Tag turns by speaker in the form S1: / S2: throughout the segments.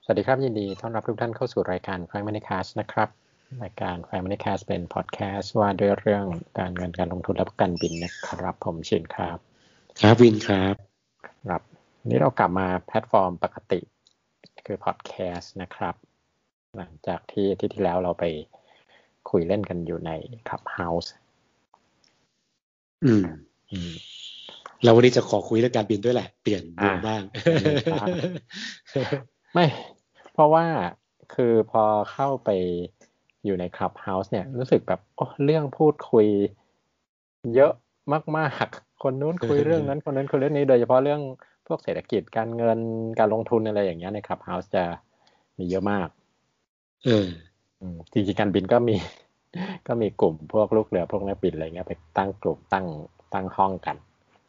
S1: วัสดีครับยินดีต้อนรับทุกท่านเข้าสู่รายการ Frank Money Cast นะครับรายการ Frank Money Cast เป็นพอดแคสต์ว่าด้วยเรื่องการเงินการลงทุนและการบินนะครับผมชินครับ
S2: ครับวินครับ
S1: ครับนี้เรากลับมาแพลตฟอร์มปกติคือพอดแคสต์นะครับหลังจากที่อาทิตย์ที่แล้วเราไปคุยเล่นกันอยู่ใน Clubhouse
S2: เราวันนี้จะขอคุยเรื่องการบินด้วยแหละเปลี่ยนมุมบ้าง
S1: ไม่เพราะว่าคือพอเข้าไปอยู่ใน Clubhouse เนี่ยรู้สึกแบบเรื่องพูดคุยเยอะมากๆคนนู้นคุยเรื่องนั้นคนนั้นคุยเรื่องนี้โดยเฉพาะเรื่องพวกเศรษฐกิจการเงินการลงทุนอะไรอย่างเงี้ยใน Clubhouse จะมีเยอะมากจริงๆการบินก็มีกลุ่มพวกลูกเรือพวกนักบินอะไรเงี้ยไปตั้งกลุ่มตั้งห้องกัน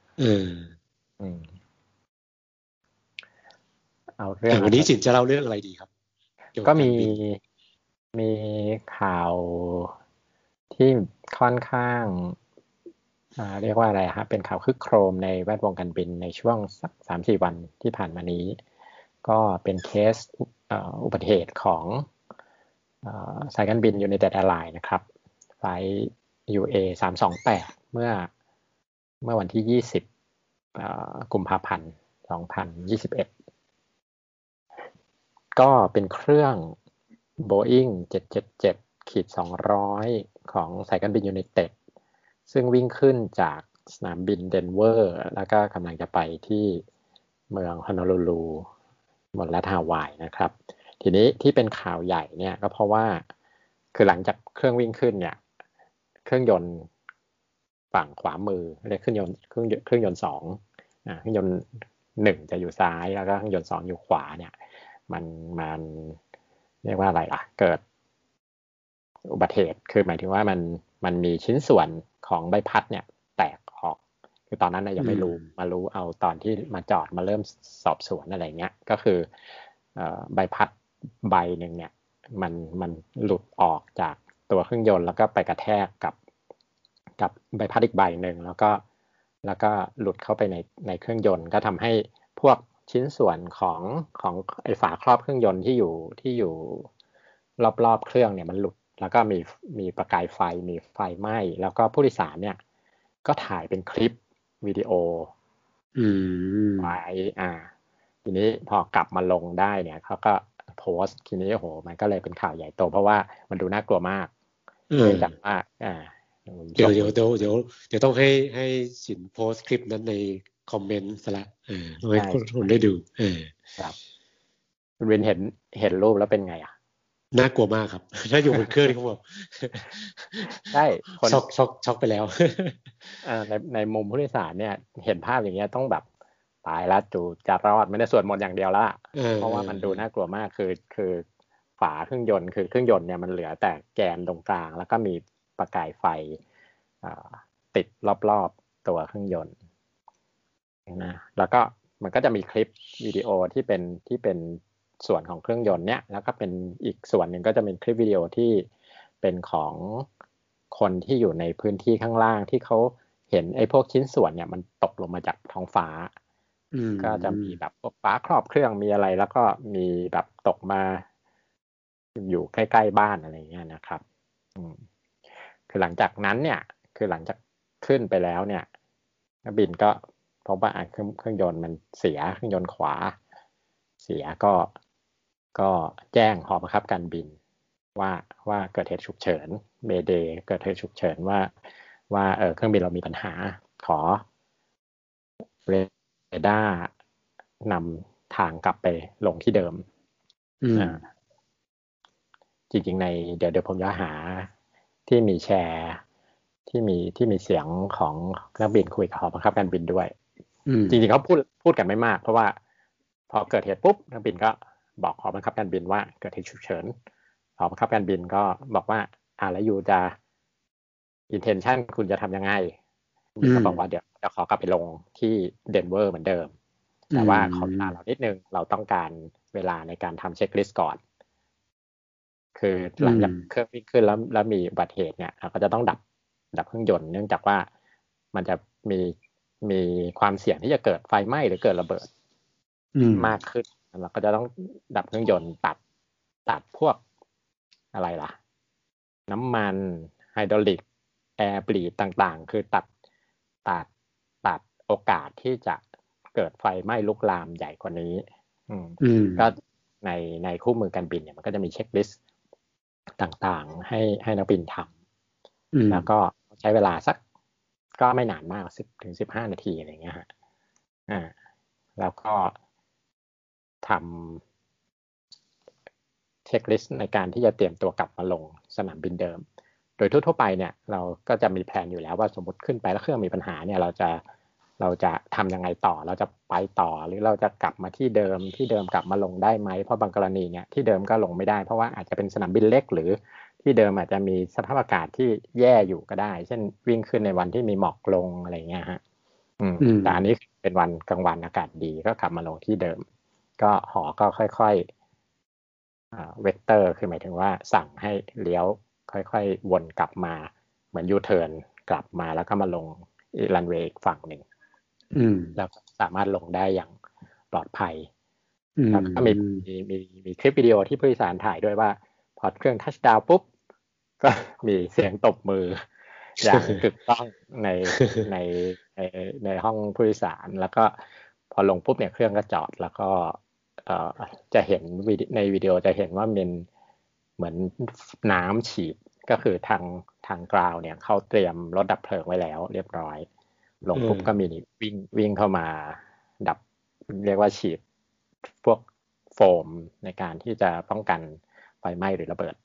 S1: เอาเรื่อง
S2: วันนี้สินจะเล่าเรื่องอะไรดีครับ
S1: ก็มีข่าวที่ค่อนข้างเรียกว่าอะไรฮะเป็นข่าวคึกโครมในแวดวงการบินในช่วงสัก 3-4 วันที่ผ่านมานี้ก็เป็นเคสอุบัติเหตุของสายการบิน United Airlines นะครับไฟล์ UA 328เมื่อวันที่20กุมภาพันธ์2021ก็เป็นเครื่อง Boeing 777-200 ของสายการบิน United ซึ่งวิ่งขึ้นจากสนามบินเดนเวอร์แล้วก็กำลังจะไปที่เมืองฮอนอลูลูบนรัฐฮาวายนะครับทีนี้ที่เป็นข่าวใหญ่เนี่ยก็เพราะว่าคือหลังจากเครื่องวิ่งขึ้นเนี่ยเครื่องยนต์ฝั่งขวามือเรียกเครื่องยนต์2เครื่องยนต์1จะอยู่ซ้ายแล้วก็เครื่องยนต์2อยู่ขวาเนี่ยมันเรียกว่าอะไรล่ะเกิดอุบัติเหตุคือหมายถึงว่ามันมีชิ้นส่วนของใบพัดเนี่ยแตกออกคือตอนนั้นยังไม่รู้มารู้เอาตอนที่มาจอดมาเริ่มสอบสวนอะไรเงี้ยก็คือใบพัดใบหนึ่งเนี่ยมันหลุดออกจากตัวเครื่องยนต์แล้วก็ไปกระแทกกับใบพัดอีกใบหนึ่งแล้วก็หลุดเข้าไปในเครื่องยนต์ก็ทำให้พวกชิ้นส่วนของไอ้ฝาครอบเครื่องยนต์ที่อยู่รอบๆเครื่องเนี่ยมันหลุดแล้วก็มีประกายไฟมีไฟไหม้แล้วก็ผู้โดยสารเนี่ยก็ถ่ายเป็นคลิปวิดีโอไว้ทีนี้พอกลับมาลงได้เนี่ยเขาก็โพสต์ทีนี้โอ้โหมันก็เลยเป็นข่าวใหญ่โตเพราะว่ามันดูน่ากลัวมากเนื่องจากว่า
S2: เดี๋ยวต้องให้สินโพสต์คลิปนั้นในคอมเมนต์ซะละให้คนได้ดู
S1: ครับคุณวินเห็นรูปแล้วเป็นไง
S2: น่ากลัวมากครับถ้าอยู่บนเครื่องนี่เขาบอก
S1: ใช่คน
S2: ช็อกไปแล้ว
S1: ในมุมผู้โดยสารเนี่ยเห็นภาพอย่างเงี้ยต้องแบบตายแล้วจูจะรอดไม่ได้สวดมนต์อย่างเดียวละเพราะว่ามันดูน่ากลัวมากคือฝาเครื่องยนต์คือเครื่องยนต์เนี่ยมันเหลือแต่แกนตรงกลางแล้วก็มีประกายไฟติดรอบๆตัวเครื่องยนต์นะแล้วก็มันก็จะมีคลิปวิดีโอที่เป็นส่วนของเครื่องยนต์เนี่ยแล้วก็เป็นอีกส่วนหนึ่งก็จะเป็นคลิปวิดีโอที่เป็นของคนที่อยู่ในพื้นที่ข้างล่างที่เขาเห็นไอ้พวกชิ้นส่วนเนี่ยมันตกลงมาจากท้องฟ้าก็จะมีแบบฟ้าครอบเครื่องมีอะไรแล้วก็มีแบบตกมาอยู่ใกล้ๆบ้านอะไรเงี้ยนะครับคือหลังจากนั้นเนี่ยคือหลังจากขึ้นไปแล้วเนี่ยนักบินก็เพราะว่าเครื่องยนต์มันเสียเครื่องยนต์ขวาเสียก็แจ้งหอบังคับการบินว่าเกิดเหตุฉุกเฉินเมเดย์เกิดเหตุฉุกเฉินว่าเครื่องบินเรามีปัญหาขอเรดาร์นำทางกลับไปลงที่เดิมจริงๆในเดี๋ยวผมจะหาที่มีแชร์ที่มีเสียงของนักบินคุยกับหอบังคับการบินด้วยจริงๆเขาพูดกันไม่มากเพราะว่าพอเกิดเหตุปุ๊บนักบินก็บอกหอบังคับการบินว่าเกิดเหตุฉุกเฉินหอบังคับการบินก็บอกว่าแล้วอยู่จะ intention คุณจะทำยังไงก็บอกว่าเดี๋ยวจะขอกลับไปลงที่เดนเวอร์เหมือนเดิมแต่ว่าขอเวลาเรานิดนึงเราต้องการเวลาในการทำเช็คลิสต์ก่อนคือหลังจากเครื่องวิ่งขึ้นแล้วมีอุบัติเหตุเนี่ยเราก็จะต้องดับเครื่องยนต์เนื่องจากว่ามันจะมีความเสี่ยงที่จะเกิดไฟไหม้หรือเกิดระเบิดมากขึ้นเราก็จะต้องดับเครื่องยนต์ตัดพวกอะไรล่ะน้ำมันไฮดรอลิกแอร์บลีดต่างๆคือตัดโอกาสที่จะเกิดไฟไหม้ลุกลามใหญ่กว่านี้ก็ในคู่มือการบินเนี่ยมันก็จะมีเช็คลิสต์ต่างๆให้นักบินทำแล้วก็ใช้เวลาสักก็ไม่นานมาก10-15 นาทีอะไรเงี้ยฮะแล้วก็ทำเช็คลิสต์ในการที่จะเตรียมตัวกลับมาลงสนามบินเดิมโดยทั่วไปเนี่ยเราก็จะมีแผนอยู่แล้วว่าสมมติขึ้นไปแล้วเครื่องมีปัญหาเนี่ยเราจะทำยังไงต่อเราจะไปต่อหรือเราจะกลับมาที่เดิมกลับมาลงได้ไหมเพราะบางกรณีเนี่ยที่เดิมก็ลงไม่ได้เพราะว่าอาจจะเป็นสนามบินเล็กหรือที่เดิมอาจจะมีสภาพอากาศที่แย่อยู่ก็ได้เช่นวิ่งขึ้นในวันที่มีหมอกลงอะไรเงี้ยฮะแต่อันนี้เป็นวันกลางวันอากาศดีก็กลับมาลงที่เดิมก็หอก็ค่อยๆเวกเตอร์คือหมายถึงว่าสั่งให้เลี้ยวค่อยๆวนกลับมาเหมือนยูเทิร์นกลับมาแล้วก็มาลงรันเวย์อีกฝั่งหนึ่งแล้วก็สามารถลงได้อย่างปลอดภัยแล้วก็มีคลิปวิดีโอที่ผู้โดยสารถ่ายด้วยว่าพอเครื่องทัชดาวน์ปุ๊บก็มีเสียงตบมืออย่างถูกต้องในห้องผู้โดยสารแล้วก็พอลงปุ๊บเนี่ยเครื่องก็จอดแล้วก็จะเห็นในวิดีโอจะเห็นว่ามันเหมือนน้ำฉีดก็คือทางกราวเนี่ยเขาเตรียมรถดับเพลิงไว้แล้วเรียบร้อยลงปุ๊บก็มีวิ่งเข้ามาดับเรียกว่าฉีดพวกโฟมในการที่จะป้องกันไฟไหม้หรือระเบิด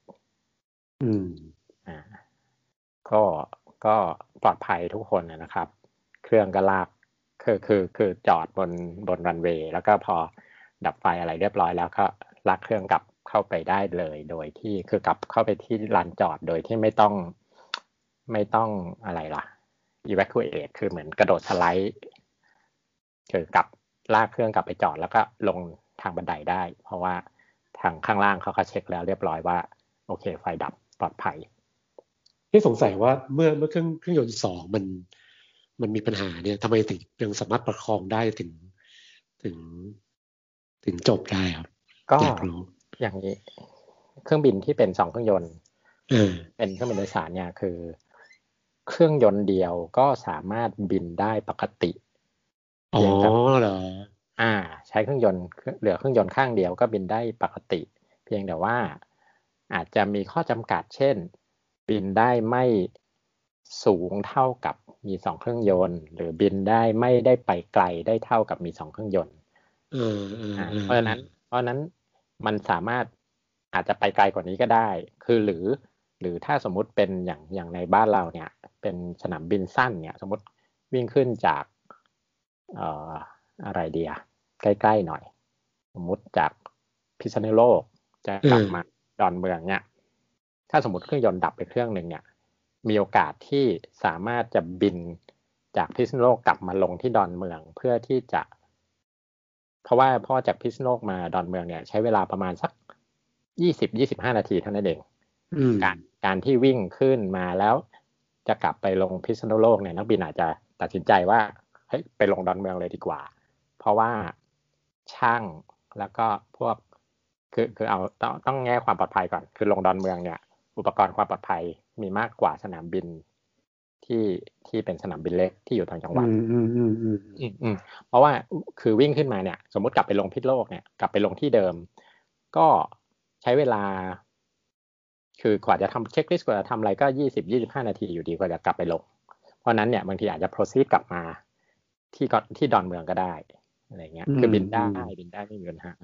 S1: ก็ปลอดภัยทุกคนนะครับเครื่องก็ลากคือจอดบนรันเวย์แล้วก็พอดับไฟอะไรเรียบร้อยแล้วก็ลากเครื่องกลับเข้าไปได้เลยโดยที่คือกลับเข้าไปที่ลานจอดโดยที่ไม่ต้องอะไรล่ะ evacuate คือเหมือนกระโดดสไลด์คือกลับลากเครื่องกลับไปจอดแล้วก็ลงทางบันไดได้เพราะว่าทางข้างล่างเขาเช็คแล้วเรียบร้อยว่าโอเคไฟดับปลอดภัย
S2: ที่สงสัยว่าเมื่อเครื่องยนต์2มันมีปัญหาเนี่ยทำไมถึงยังสามารถประคองได้ถึงจบได้ครับ
S1: ก็อย่างนี้เครื่องบินที่เป็น2เครื่องยนต์เป็นเครื่องบินโดยสารเนี่ยคือเครื่องยนต์เดียวก็สามารถบินได้ปกติ
S2: เหรอ
S1: ใช้เครื่องยนต์เหลือเครื่องยนต์ข้างเดียวก็บินได้ปกติเพียงแต่ว่าอาจจะมีข้อจำกัดเช่นบินได้ไม่สูงเท่ากับมี2เครื่องยนต์หรือบินได้ไม่ได้ไปไกลได้เท่ากับมี2เครื่องยนต์เพราะฉะนั้นมันสามารถอาจจะไปไกลกว่านี้ก็ได้คือหรือถ้าสมมุติเป็นอย่างในบ้านเราเนี่ยเป็นสนามบินสั้นเนี่ยสมมติวิ่งขึ้นจากอะไรดีอะใกล้ๆหน่อยสมมุติจากพิษณุโลกจะกลับมาดอนเมืองเนี่ยถ้าสมมติเครื่องยนต์ดับไปเครื่องนึงเนี่ยมีโอกาสที่สามารถจะบินจากพิษณุโลกกลับมาลงที่ดอนเมืองเพื่อที่จะเพราะจากพิษณุโลกมาดอนเมืองเนี่ยใช้เวลาประมาณสัก20-25 นาทีเท่านั้นเองการที่วิ่งขึ้นมาแล้วจะกลับไปลงพิษณุโลกเนี่ยนักบินอาจจะตัดสินใจว่าเฮ้ยไปลงดอนเมืองเลยดีกว่าเพราะว่าช่างแล้วก็พวกคือเอาต้องแง่ความปลอดภัยก่อนคือลงดอนเมืองเนี่ยอุปกรณ์ความปลอดภัยมีมากกว่าสนามบินที่เป็นสนามบินเล็กที่อยู่ต่างจังหวัดเพราะว่าคือวิ่งขึ้นมาเนี่ยสมมติกลับไปลงพิษณุโลกเนี่ยกลับไปลงที่เดิมก็ใช้เวลาคือกว่าจะทำเช็คลิสต์กว่าจะทำอะไรก็20-25 นาทีอยู่ดีกว่าจะกลับไปลงเพราะนั้นเนี่ยบางทีอาจจะ proceed กลับมาที่ดอนเมืองก็ได้อะไรเงี้ยคือบินได้ไม่มีปัญหา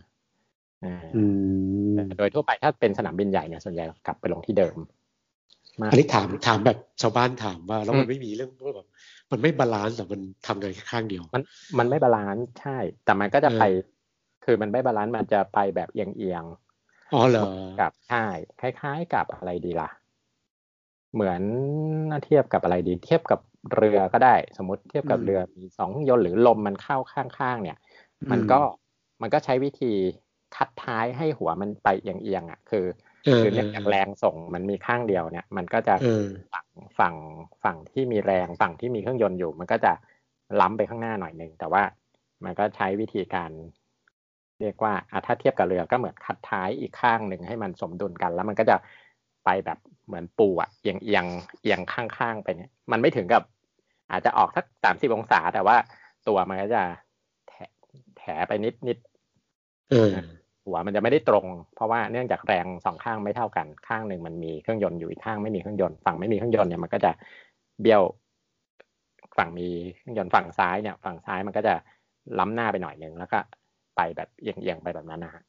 S1: โดยทั่วไปถ้าเป็นสนามบินใหญ่เนี่ยส่วนใหญ่กลับไปลงที่เดิม
S2: อันนี้ถามแบบชาวบ้านถามว่าแล้วมันไม่มีเรื่องแบบมันไม่บาลานซ์แต่มันทำกันข้างเดียว
S1: มันไม่บาลานซ์ใช่แต่มันก็จะไปคือมันไม่บาลานซ์มันจะไปแบบเอียง
S2: เหรอ
S1: กับใช่คล้ายๆกับอะไรดีล่ะเหมือนเทียบกับอะไรดีเทียบกับเรือก็ได้สมมติเทียบกับเรือมี2เครื่องยนต์หรือลมมันเข้าข้างๆเนี่ยมันก็ใช้วิธีคัดท้ายให้หัวมันไปเอียงอ่ะคือเนื่องจากแรงส่งมันมีข้างเดียวเนี่ยมันก็จะฝั่งที่มีแรงฝั่งที่มีเครื่องยนต์อยู่มันก็จะล้ำไปข้างหน้าหน่อยนึงแต่ว่ามันก็ใช้วิธีการเรียกว่าถ้าเทียบกับเรือก็เหมือนคัดท้ายอีกข้างหนึ่งให้มันสมดุลกันแล้วมันก็จะไปแบบเหมือนปูเอียงข้างๆไปเนี่ยมันไม่ถึงกับอาจจะออกสัก30 องศาแต่ว่าตัวมันก็จะแถไปนิดหัวมันจะไม่ได้ตรงเพราะว่าเนื่องจากแรงสองข้างไม่เท่ากันข้างหนึ่งมันมีเครื่องยนต์อยู่อีกข้างไม่มีเครื่องยนต์ฝั่งไม่มีเครื่องยนต์เนี่ยมันก็จะเบี้ยวฝั่งมีเครื่องยนต์ฝั่งซ้ายเนี่ยฝั่งซ้ายมันก็จะล้ำหน้าไปหน่อยนึงแล้วก็ไปแบบเอียงไปแบบนั้นนะฮะ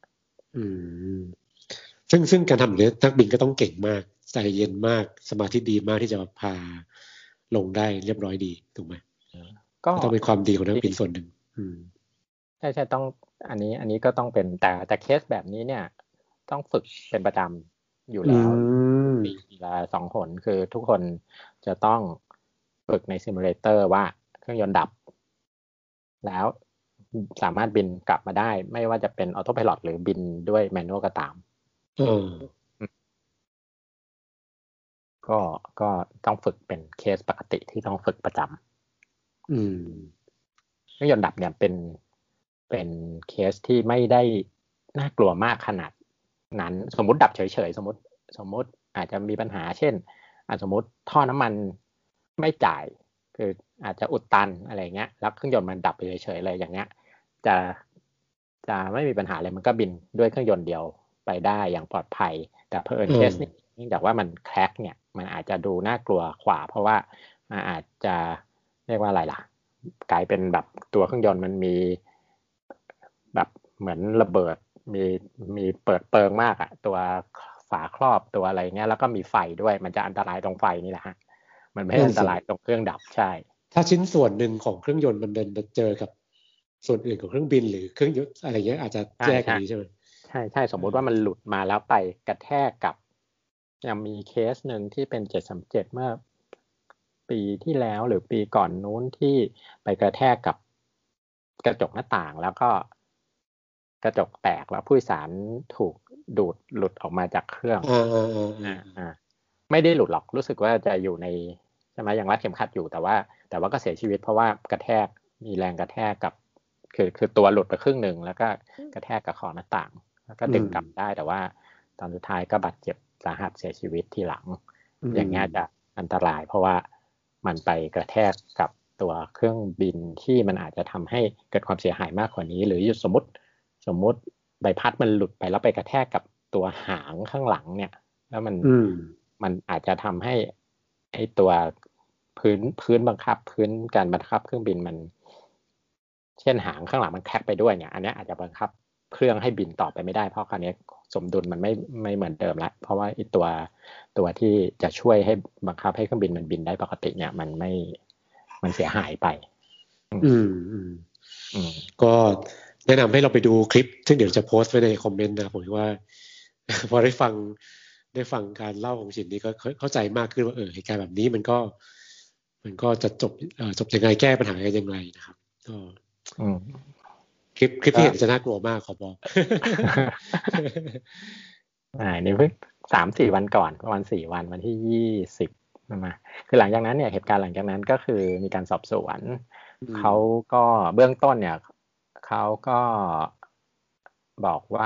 S2: ซึ่งการทำแบบนี้นักบินก็ต้องเก่งมากใจเย็นมากสมาธิดีมากที่จะพาลงได้เรียบร้อยดีถูกไหมก็ต้องเป็นความดีของนักบินส่วนหนึ่ง
S1: ใช่ต้องอันนี้ก็ต้องเป็นแต่เคสแบบนี้เนี่ยต้องฝึกเป็นประจำอยู่แล้วปีละ2 หนคือทุกคนจะต้องฝึกในซิมูเลเตอร์ว่าเครื่องยนต์ดับแล้วสามารถบินกลับมาได้ไม่ว่าจะเป็นออโต้ไพลอตหรือบินด้วยแมนนวลก็ตามก็ต้องฝึกเป็นเคสปกติที่ต้องฝึกประจำเครื่องยนต์ดับเนี่ยเป็นเคสที่ไม่ได้น่ากลัวมากขนาดนั้นสมมุติดับเฉยๆสมมุติอาจจะมีปัญหาเช่นสมมุติท่อน้ำมันไม่จ่ายคืออาจจะอุดตันอะไรเงี้ยแล้วเครื่องยนต์มันดับไปเฉยๆเลยอย่างเงี้ยจะไม่มีปัญหาเลยมันก็บินด้วยเครื่องยนต์เดียวไปได้อย่างปลอดภัยแต่เผอิญเคสนี้เนื่องจากว่ามันแคร็กเนี่ยมันอาจจะดูน่ากลัวกว่าเพราะว่าอาจจะเรียกว่าอะไรล่ะกลายเป็นแบบตัวเครื่องยนต์มันมีแบบเหมือนระเบิดมีเปิดเปิงมากตัวฝาครอบตัวอะไรเงี้ยแล้วก็มีไฟด้วยมันจะอันตรายตรงไฟนี่แหละฮะมันไม่อันตรายตรงเครื่องดับใช่
S2: ถ้าชิ้นส่วนหนึ่งของเครื่องยนต์มันเดินมาเจอกับส่วนอื่นของเครื่องบินหรือเครื่องยนต์อะไรเงี้ยอาจจะแย่กว่านี้ใช่ไหม
S1: ใช่สมมุติว่ามันหลุดมาแล้วไปกระแทกกับยังมีเคสหนึ่งที่เป็น737เมื่อปีที่แล้วหรือปีก่อนนู้นที่ไปกระแทกกับกระจกหน้าต่างแล้วก็กระจกแตกแล้วผู้โดยสารถูกดูดหลุดออกมาจากเครื่องไม่ได้หลุดหรอกรู้สึกว่าจะอยู่ในใช่ไหมยังรัดเข็มขัดอยู่แต่ว่าก็เสียชีวิตเพราะว่ากระแทกมีแรงกระแทกกับคือตัวหลุดไปครึ่งหนึ่งแล้วก็กระแทกกับขอบหน้าต่างแล้วก็ดึงกลับได้แต่ว่าตอนสุดท้ายก็บาดเจ็บสาหัสเสียชีวิตทีหลังอย่างเงี้ยจะอันตรายเพราะว่ามันไปกระแทกกับตัวเครื่องบินที่มันอาจจะทำให้เกิดความเสียหายมากกว่านี้หรือสมมติใบพัดมันหลุดไปแล้วไปกระแทกกับตัวหางข้างหลังเนี่ยแล้วมันอาจจะทำให้ไอ้ตัวพื้นบังคับพื้นการบังคับเครื่องบินมันเช่นหางข้างหลังมันแคบไปด้วยเนี่ยอันนี้อาจจะบังคับเครื่องให้บินต่อไปไม่ได้เพราะคราวนี้สมดุลมันไม่เหมือนเดิมละเพราะว่าไอ้ตัวที่จะช่วยให้บังคับให้เครื่องบินมันบินได้ปกติเนี่ยมันเสียหายไป
S2: ก็แนะนำให้เราไปดูคลิปซึ่งเดี๋ยวจะโพสต์ไว้ในคอมเมนต์นะผมว่าพอได้ฟังการเล่าของฉินนี้ก็เข้าใจมากขึ้นว่าเหตุการณ์แบบนี้มันก็จะจบยังไงแก้ปัญหายังไงนะครับก็คลิปที่เห็นจะน่ากลัวมากขอบอก
S1: นี่เพิ่ง3-4 วันก่อนประมาณ4 วันวันที่20มาคือหลังจากนั้นเนี่ยเหตุการณ์หลังจากนั้นก็คือมีการสอบสวนเขาก็เบื้องต้นเนี่ยเขาก็บอกว่า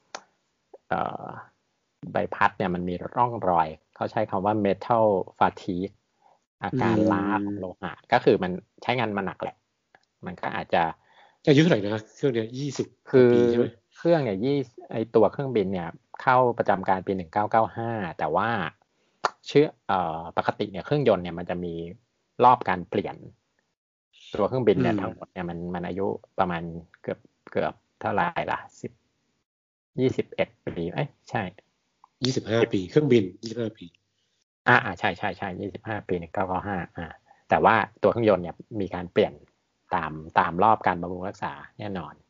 S1: ใบพัดเนี่ยมันมีร่องรอยเขาใช้คำว่า metal fatigue อาการล้าของโลหะก็คือมันใช้งานมาหนักแหละมันก็อาจจะ
S2: อายุเท่าไหร่นะเครื่องเนี่ย20ปีใช่ไหม
S1: เครื่องเนี่ยไอตัวเครื่องบินเนี่ยเข้าประจำการปี1995แต่ว่าปกติเนี่ยเครื่องยนต์เนี่ยมันจะมีรอบการเปลี่ยนตัวเครื่องบินเนี่ยทั้งหมดเนี่ยมันอายุประมาณเกือบเท่าไหร่ล่ะ21 ปีใช่
S2: 25 ปีเครื่องบิน25 ปี
S1: ใช่25 ปี1995แต่ว่าตัวเครื่องยนต์เนี่ยมีการเปลี่ยนตามรอบการบำรุงรักษาแน่นอน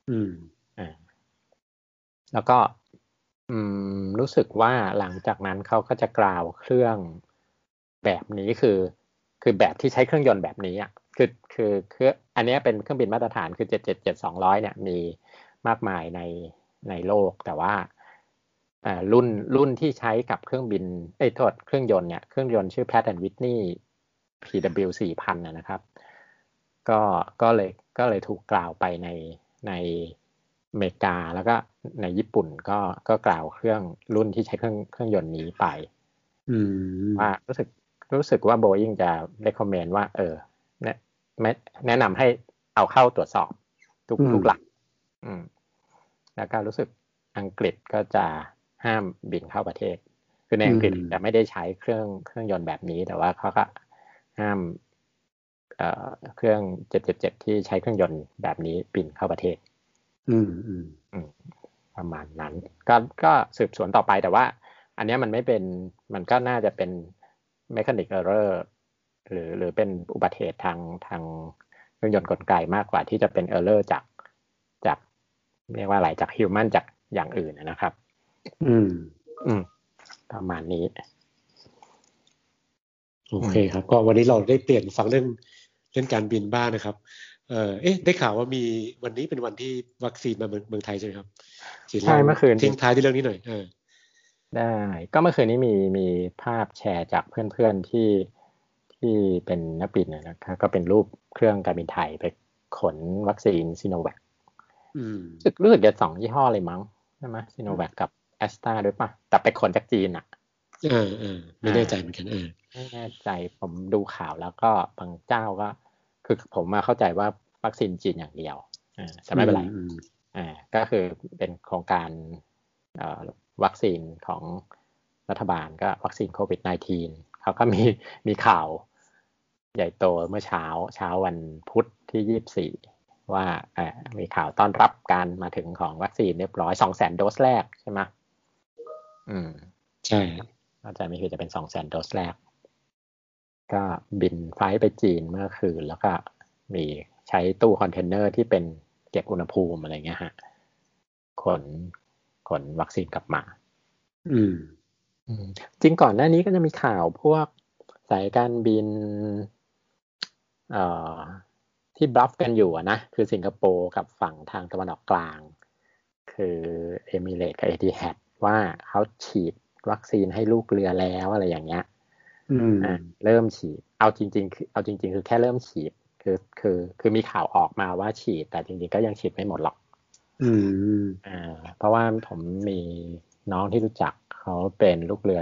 S1: แล้วก็รู้สึกว่าหลังจากนั้นเขาก็จะกล่าวเครื่องแบบนี้คือแบบที่ใช้เครื่องยนต์แบบนี้อ่ะคืออันนี้เป็นเครื่องบินมาตรฐานคือ777-200เนี่ยมีมากมายในโลกแต่ว่ารุ่นที่ใช้กับเครื่องบินเครื่องยนต์เนี่ยเครื่องยนต์ชื่อ Pratt & Whitney PW4000นะครับก็เลยถูกกล่าวไปในอเมริกาแล้วก็ในญี่ปุ่นก็กล่าวเครื่องรุ่นที่ใช้เครื่องยนต์นี้ไปว่ารู้สึกว่า Boeing จะ recommend ว่าแนะนำให้เอาเข้าตรวจสอบทุกหลักแล้วก็รู้สึกอังกฤษก็จะห้ามบินเข้าประเทศคือในอังกฤษจะไม่ได้ใช้เครื่องยนต์แบบนี้แต่ว่าเขาก็ห้ามเครื่อง777ที่ใช้เครื่องยนต์แบบนี้บินเข้าประเทศประมาณนั้นก็สืบสวนต่อไปแต่ว่าอันนี้มันก็น่าจะเป็น mechanic error หรือเป็นอุบัติเหตุทางเครื่องยนต์กลไกมากกว่าที่จะเป็น error จากเรียกว่าอะไรจาก human จากอย่างอื่นนะครับประมาณนี้
S2: โอเคครับก็วันนี้เราได้เปลี่ยนฟังเรื่องการบินบ้างนะครับได้ข่าวว่ามีวันนี้เป็นวันที่วัคซีนมาเมืองไทยใช่ไหมครับ
S1: ใช่เมื่อคืน
S2: ทิ้งท้ายที่เรื่องนี้หน่อย
S1: ได้ก็เมื่อคืนนี้มีภาพแชร์จากเพื่อนๆที่เป็นนักบินนะครับก็เป็นรูปเครื่องการบินไทยไปขนวัคซีนซิโนแวครู้สึกจะ2ยี่ห้อเลยมั้งใช่ไหมซิโนแวคกับแอสตราด้วยป่ะแต่ไปขนจากจีน
S2: ไม่แน่ใจเหมือนกัน
S1: ไม่แน่ใจผมดูข่าวแล้วก็บางเจ้าก็คือผมมาเข้าใจว่าวัคซีนจีนอย่างเดียวแต่ไม่เป็นไรก็คือเป็นโครงการวัคซีนของรัฐบาลก็วัคซีนโควิด -19 เขาก็มีข่าวใหญ่โตเมื่อเช้าวันพุธที่24ว่ามีข่าวต้อนรับการมาถึงของวัคซีนเรียบร้อย 200,000 โดสแรกใช่ไหม
S2: ใช่
S1: อาจจะมีคือจะเป็น 200,000 โดสแรกก็บินไฟล์ไปจีนเมื่อคืนแล้วก็มีใช้ตู้คอนเทนเนอร์ที่เป็นเก็บอุณหภูมิอะไรเงี้ยฮะขนวัคซีนกลับมาจริงก่อนหน้านี้ก็จะมีข่าวพวกสายการบินที่บลัฟกันอยู่นะคือสิงคโปร์กับฝั่งทางตะวันออกกลางคือเอมิเรตส์กับเอติฮัดว่าเขาฉีดวัคซีนให้ลูกเรือแล้วอะไรอย่างเงี้ยเริ่มฉีดเอาจริงๆคือแค่เริ่มฉีดคือมีข่าวออกมาว่าฉีดแต่จริงๆก็ยังฉีดไม่หมดหรอกเพราะว่าผมมีน้องที่รู้จักเขาเป็นลูกเรือ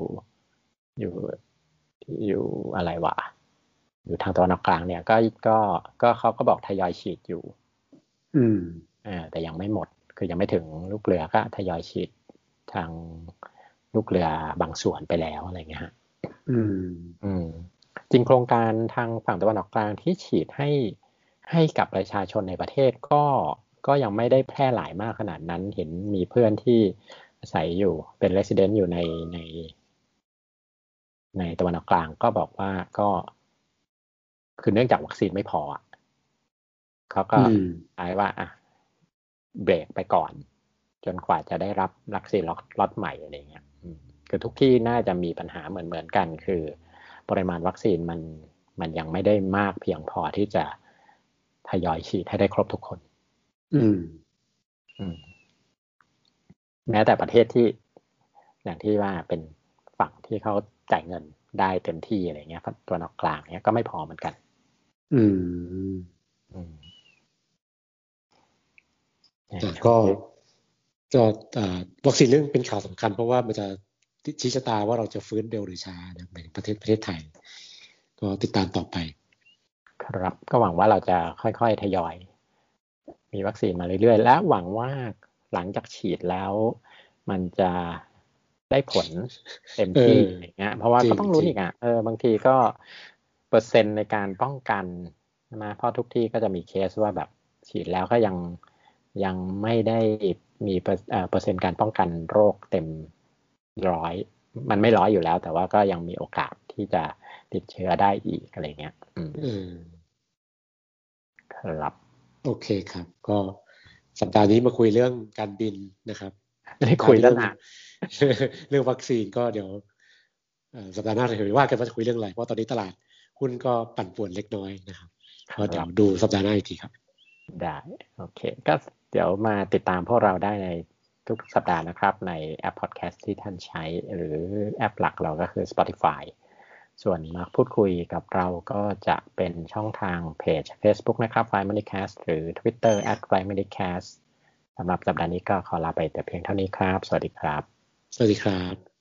S1: อยู่อะไรวะอยู่ทางตะวันออกกลางเนี่ยก็เขาก็บอกทยอยฉีดอยู่แต่ยังไม่หมดคือยังไม่ถึงลูกเรือก็ทยอยฉีดทางลูกเรือบางส่วนไปแล้วอะไรเงี้ยฮะจริงโครงการทางฝั่งตะวันออกกลางที่ฉีดให้กับประชาชนในประเทศก็ยังไม่ได้แพร่หลายมากขนาดนั้นเห็นมีเพื่อนที่อาศัยอยู่เป็น resident อยู่ในตะวันออกกลางก็บอกว่าก็คือเนื่องจากวัคซีนไม่พอเขาก็ใช้ว่าเบรกไปก่อนจนกว่าจะได้รับวัคซีนล็อตใหม่อะไรเงี้ยคือทุกที่น่าจะมีปัญหาเหมือนกันคือปริมาณวัคซีนมันยังไม่ได้มากเพียงพอที่จะทยอยฉีดให้ได้ครบทุกคนแม้แต่ประเทศที่อย่างที่ว่าเป็นฝั่งที่เขาจ่ายเงินได้เต็มที่อะไรเงี้ยตัวนอกกลางเนี้ยก็ไม่พอเหมือนกัน
S2: ก็วัคซีนเรื่องเป็นข่าวสำคัญเพราะว่ามันจะชี้ชะตาว่าเราจะฟื้นเร็วหรือช้าในประเทศไทยก็ติดตามต่อไป
S1: ครับก็หวังว่าเราจะค่อยๆทยอยมีวัคซีนมาเรื่อยๆและหวังว่าหลังจากฉีดแล้วมันจะได้ผลเต็มที่อย่างเงี้ยเพราะว่าก็ต้องลุ้นอีกบางทีก็เปอร์เซ็นต์ในการป้องกันนะเพราะทุกที่ก็จะมีเคสว่าแบบฉีดแล้วก็ยังไม่ได้มีเปอร์เซ็นต์การป้องกันโรคเต็ม100มันไม่100อยู่แล้วแต่ว่าก็ยังมีโอกาสที่จะติดเชื้อได้อีกอะไรเงี้ยครับ
S2: โอเคครับก็สัปดาห์นี้มาคุยเรื่องการบินนะครับ
S1: ไม่ได้คุยเ
S2: รื่องวัคซีนก็เดี๋ยวสัปดาห์หน้าเราจะว่ากันว่าจะคุยเรื่องอะไรเพราะตอนนี้ตลาดหุ้นก็ปั่นป่วนเล็กน้อยนะครับก็เดี๋ยวดูสัปดาห์หน้าอีกทีครับ
S1: ได้โอเคก็เดี๋ยวมาติดตามพวกเราได้ในทุกสัปดาห์นะครับในแอปพอดแคสต์ที่ท่านใช้หรือแอปหลักเราก็คือ Spotify ส่วนมาพูดคุยกับเราก็จะเป็นช่องทางเพจ Facebook นะครับ Flymoneycast หรือ Twitter @Flymoneycast สำหรับสัปดาห์นี้ก็ขอลาไปแต่เพียงเท่านี้ครับสวัสดีครับ
S2: สวัสดีครับ